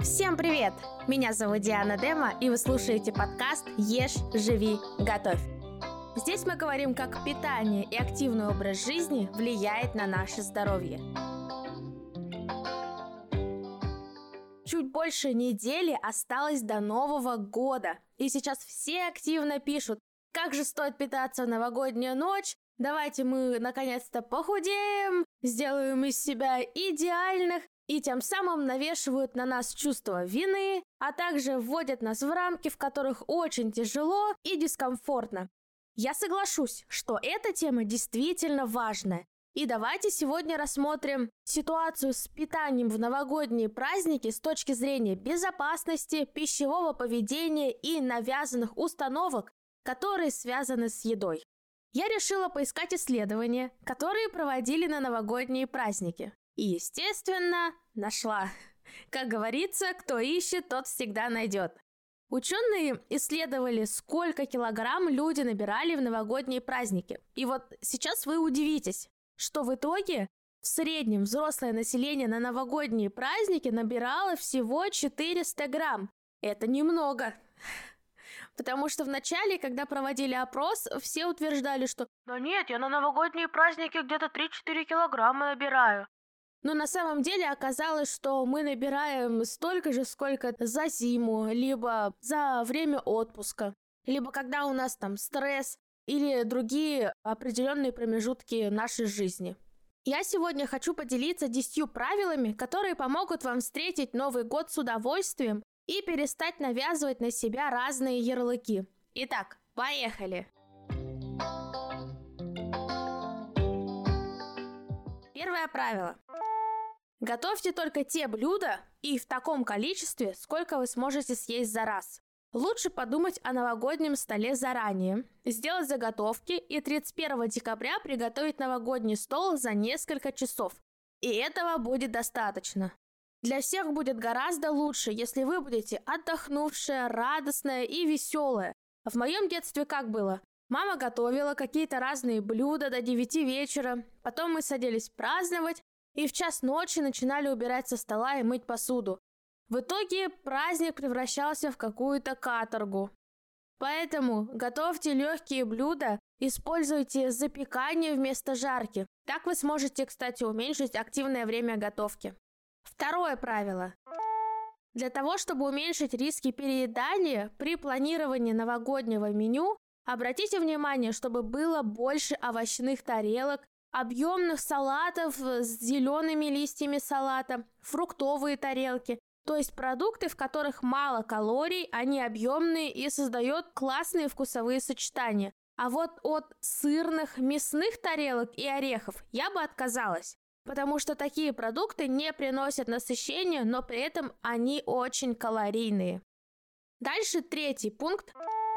Всем привет! Меня зовут Диана Дема, и вы слушаете подкаст «Ешь, живи, готовь». Здесь мы говорим, как питание и активный образ жизни влияет на наше здоровье. Чуть больше недели осталось до Нового года, и сейчас все активно пишут, как же стоит питаться в новогоднюю ночь. Давайте мы наконец-то похудеем, сделаем из себя идеальных, и тем самым навешивают на нас чувство вины, а также вводят нас в рамки, в которых очень тяжело и дискомфортно. Я соглашусь, что эта тема действительно важная. И давайте сегодня рассмотрим ситуацию с питанием в новогодние праздники с точки зрения безопасности, пищевого поведения и навязанных установок, которые связаны с едой. Я решила поискать исследования, которые проводили на новогодние праздники. И, естественно, нашла. Как говорится, кто ищет, тот всегда найдет. Ученые исследовали, сколько килограмм люди набирали в новогодние праздники. И вот сейчас вы удивитесь, что в итоге в среднем взрослое население на новогодние праздники набирало всего 400 грамм. Это немного. Потому что в начале, когда проводили опрос, все утверждали, что «Да нет, я на новогодние праздники где-то 3-4 килограмма набираю». Но на самом деле оказалось, что мы набираем столько же, сколько за зиму, либо за время отпуска, либо когда у нас там стресс или другие определенные промежутки нашей жизни. Я сегодня хочу поделиться 10 правилами, которые помогут вам встретить Новый год с удовольствием и перестать навязывать на себя разные ярлыки. Итак, поехали! Первое правило. Готовьте только те блюда и в таком количестве, сколько вы сможете съесть за раз. Лучше подумать о новогоднем столе заранее, сделать заготовки и 31 декабря приготовить новогодний стол за несколько часов. И этого будет достаточно. Для всех будет гораздо лучше, если вы будете отдохнувшая, радостная и веселая. В моем детстве как было? Мама готовила какие-то разные блюда до 9 вечера, потом мы садились праздновать, и в час ночи начинали убирать со стола и мыть посуду. В итоге праздник превращался в какую-то каторгу. Поэтому готовьте легкие блюда, используйте запекание вместо жарки. Так вы сможете, кстати, уменьшить активное время готовки. Второе правило. Для того, чтобы уменьшить риски переедания, при планировании новогоднего меню обратите внимание, чтобы было больше овощных тарелок, объемных салатов с зелеными листьями салата, фруктовые тарелки, то есть продукты, в которых мало калорий, они объемные и создают классные вкусовые сочетания. А вот от сырных, мясных тарелок и орехов я бы отказалась, потому что такие продукты не приносят насыщения, но при этом они очень калорийные. Дальше третий пункт.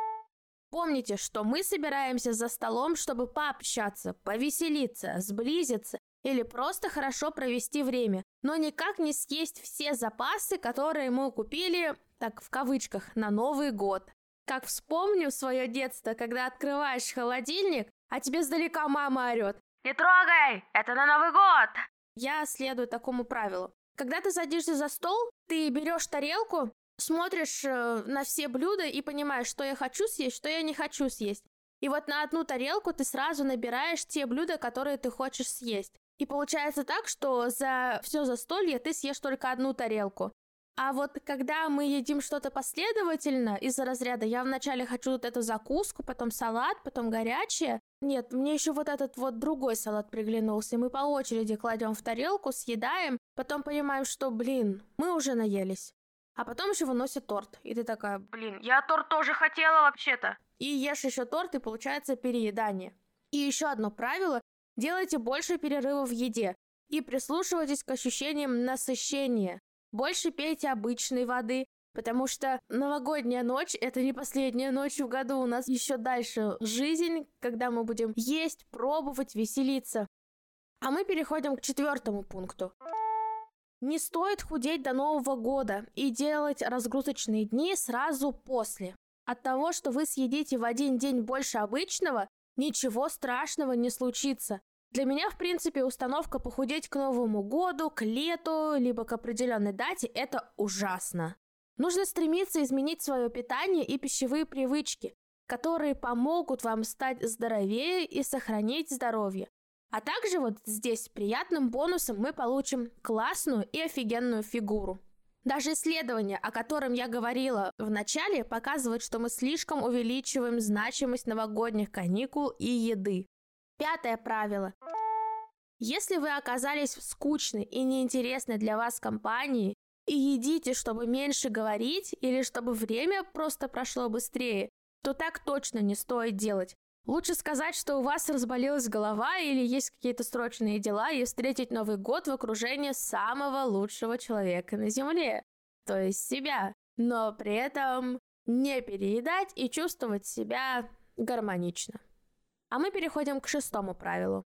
Помните, что мы собираемся за столом, чтобы пообщаться, повеселиться, сблизиться или просто хорошо провести время, но никак не съесть все запасы, которые мы купили, так в кавычках, на Новый год. Как вспомню свое детство, когда открываешь холодильник, а тебе сдалека мама орет: «Не трогай, это на Новый год!» Я следую такому правилу. Когда ты садишься за стол, ты берешь тарелку, смотришь на все блюда и понимаешь, что я хочу съесть, что я не хочу съесть. И вот на одну тарелку ты сразу набираешь те блюда, которые ты хочешь съесть. И получается так, что за все застолье ты съешь только одну тарелку. А вот когда мы едим что-то последовательно, из-за разряда я вначале хочу вот эту закуску, потом салат, потом горячее. Нет, мне еще вот этот вот другой салат приглянулся. И мы по очереди кладем в тарелку, съедаем, потом понимаем, что, мы уже наелись. А потом еще выносят торт. И ты такая: я торт тоже хотела вообще-то. И ешь еще торт, и получается переедание. И еще одно правило. Делайте больше перерывов в еде. И прислушивайтесь к ощущениям насыщения. Больше пейте обычной воды. Потому что новогодняя ночь – это не последняя ночь в году. У нас еще дальше жизнь, когда мы будем есть, пробовать, веселиться. А мы переходим к 4 пункту. Не стоит худеть до Нового года и делать разгрузочные дни сразу после. От того, что вы съедите в один день больше обычного, ничего страшного не случится. Для меня, в принципе, установка похудеть к Новому году, к лету, либо к определенной дате – это ужасно. Нужно стремиться изменить свое питание и пищевые привычки, которые помогут вам стать здоровее и сохранить здоровье. А также вот здесь приятным бонусом мы получим классную и офигенную фигуру. Даже исследование, о котором я говорила в начале, показывает, что мы слишком увеличиваем значимость новогодних каникул и еды. 5 правило. Если вы оказались в скучной и неинтересной для вас компании и едите, чтобы меньше говорить или чтобы время просто прошло быстрее, то так точно не стоит делать. Лучше сказать, что у вас разболелась голова или есть какие-то срочные дела, и встретить Новый год в окружении самого лучшего человека на Земле, то есть себя, но при этом не переедать и чувствовать себя гармонично. А мы переходим к 6 правилу.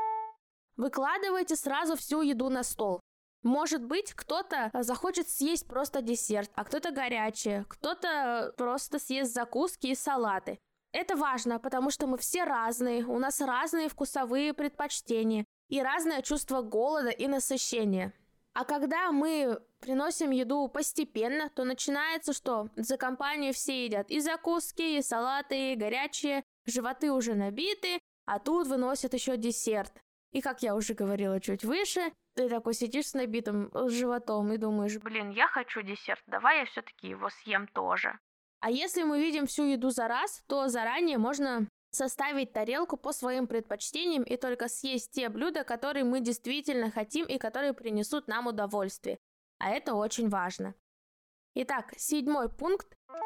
Выкладывайте сразу всю еду на стол. Может быть, кто-то захочет съесть просто десерт, а кто-то горячее, кто-то просто съест закуски и салаты. Это важно, потому что мы все разные, у нас разные вкусовые предпочтения и разное чувство голода и насыщения. А когда мы приносим еду постепенно, то начинается что? За компанию все едят и закуски, и салаты, и горячие, животы уже набиты, а тут выносят еще десерт. И как я уже говорила чуть выше, ты такой сидишь с набитым животом и думаешь, блин, я хочу десерт, давай я все-таки его съем тоже. А если мы видим всю еду за раз, то заранее можно составить тарелку по своим предпочтениям и только съесть те блюда, которые мы действительно хотим и которые принесут нам удовольствие. А это очень важно. Итак, 7 пункт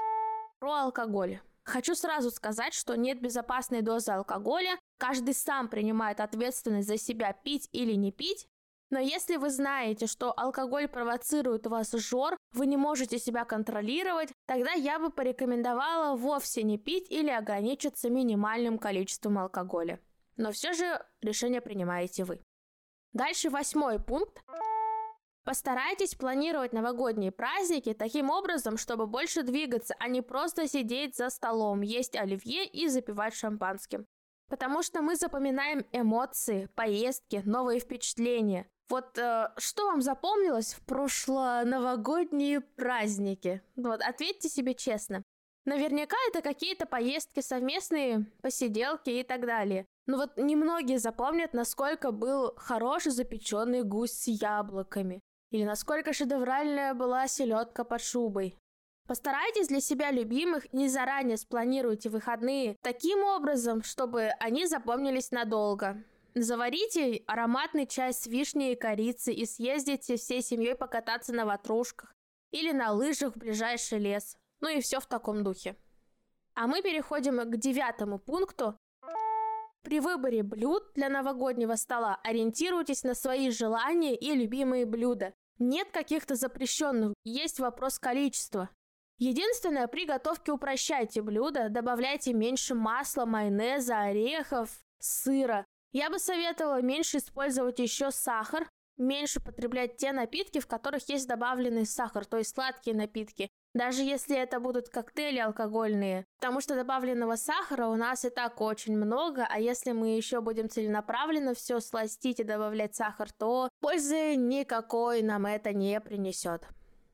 про алкоголь. Хочу сразу сказать, что нет безопасной дозы алкоголя, каждый сам принимает ответственность за себя, пить или не пить. Но если вы знаете, что алкоголь провоцирует у вас жор, вы не можете себя контролировать, тогда я бы порекомендовала вовсе не пить или ограничиться минимальным количеством алкоголя. Но все же решение принимаете вы. Дальше 8 пункт. Постарайтесь планировать новогодние праздники таким образом, чтобы больше двигаться, а не просто сидеть за столом, есть оливье и запивать шампанским. Потому что мы запоминаем эмоции, поездки, новые впечатления. Вот что вам запомнилось в прошло-новогодние праздники? Вот ответьте себе честно. Наверняка это какие-то поездки совместные, посиделки и так далее. Но вот немногие запомнят, насколько был хороший запеченный гусь с яблоками. Или насколько шедевральная была селедка под шубой. Постарайтесь для себя любимых и заранее спланируйте выходные таким образом, чтобы они запомнились надолго. Заварите ароматный чай с вишней и корицей и съездите всей семьей покататься на ватрушках или на лыжах в ближайший лес. Ну и все в таком духе. А мы переходим к 9 пункту. При выборе блюд для новогоднего стола ориентируйтесь на свои желания и любимые блюда. Нет каких-то запрещенных, есть вопрос количества. Единственное, при готовке упрощайте блюда, добавляйте меньше масла, майонеза, орехов, сыра. Я бы советовала меньше использовать еще сахар, меньше потреблять те напитки, в которых есть добавленный сахар, то есть сладкие напитки. Даже если это будут коктейли алкогольные, потому что добавленного сахара у нас и так очень много, а если мы еще будем целенаправленно все сластить и добавлять сахар, то пользы никакой нам это не принесет.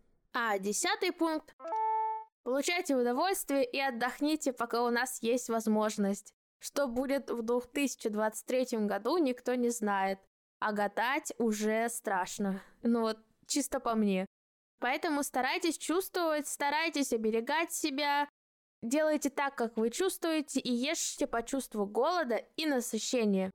А 10 пункт. Получайте удовольствие и отдохните, пока у нас есть возможность. Что будет в 2023 году, никто не знает. А гадать уже страшно. Ну вот, чисто по мне. Поэтому старайтесь чувствовать, старайтесь оберегать себя. Делайте так, как вы чувствуете, и ешьте по чувству голода и насыщения.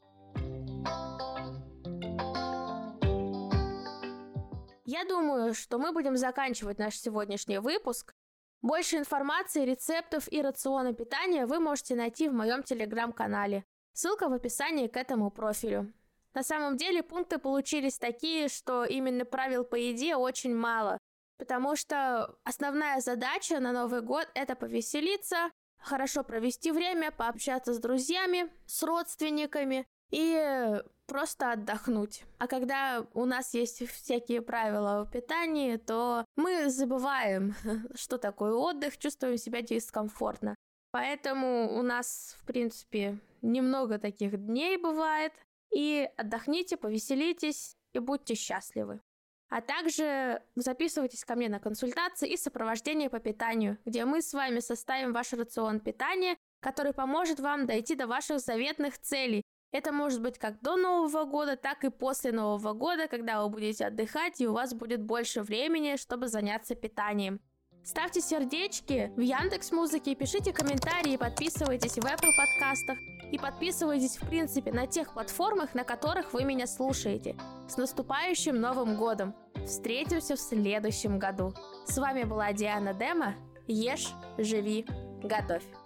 Я думаю, что мы будем заканчивать наш сегодняшний выпуск. Больше информации, рецептов и рациона питания вы можете найти в моем телеграм-канале. Ссылка в описании к этому профилю. На самом деле пункты получились такие, что именно правил по еде очень мало. Потому что основная задача на Новый год – это повеселиться, хорошо провести время, пообщаться с друзьями, с родственниками и просто отдохнуть. А когда у нас есть всякие правила в питании, то мы забываем, что такое отдых, чувствуем себя дискомфортно. Поэтому у нас, в принципе, немного таких дней бывает. и отдохните, повеселитесь и будьте счастливы. А также записывайтесь ко мне на консультации и сопровождение по питанию, где мы с вами составим ваш рацион питания, который поможет вам дойти до ваших заветных целей. Это может быть как до Нового года, так и после Нового года, когда вы будете отдыхать и у вас будет больше времени, чтобы заняться питанием. Ставьте сердечки в Яндекс.Музыке, пишите комментарии, подписывайтесь в Apple подкастах и подписывайтесь, в принципе, на тех платформах, на которых вы меня слушаете. С наступающим Новым годом! Встретимся в следующем году. С вами была Диана Дема. Ешь, живи, готовь.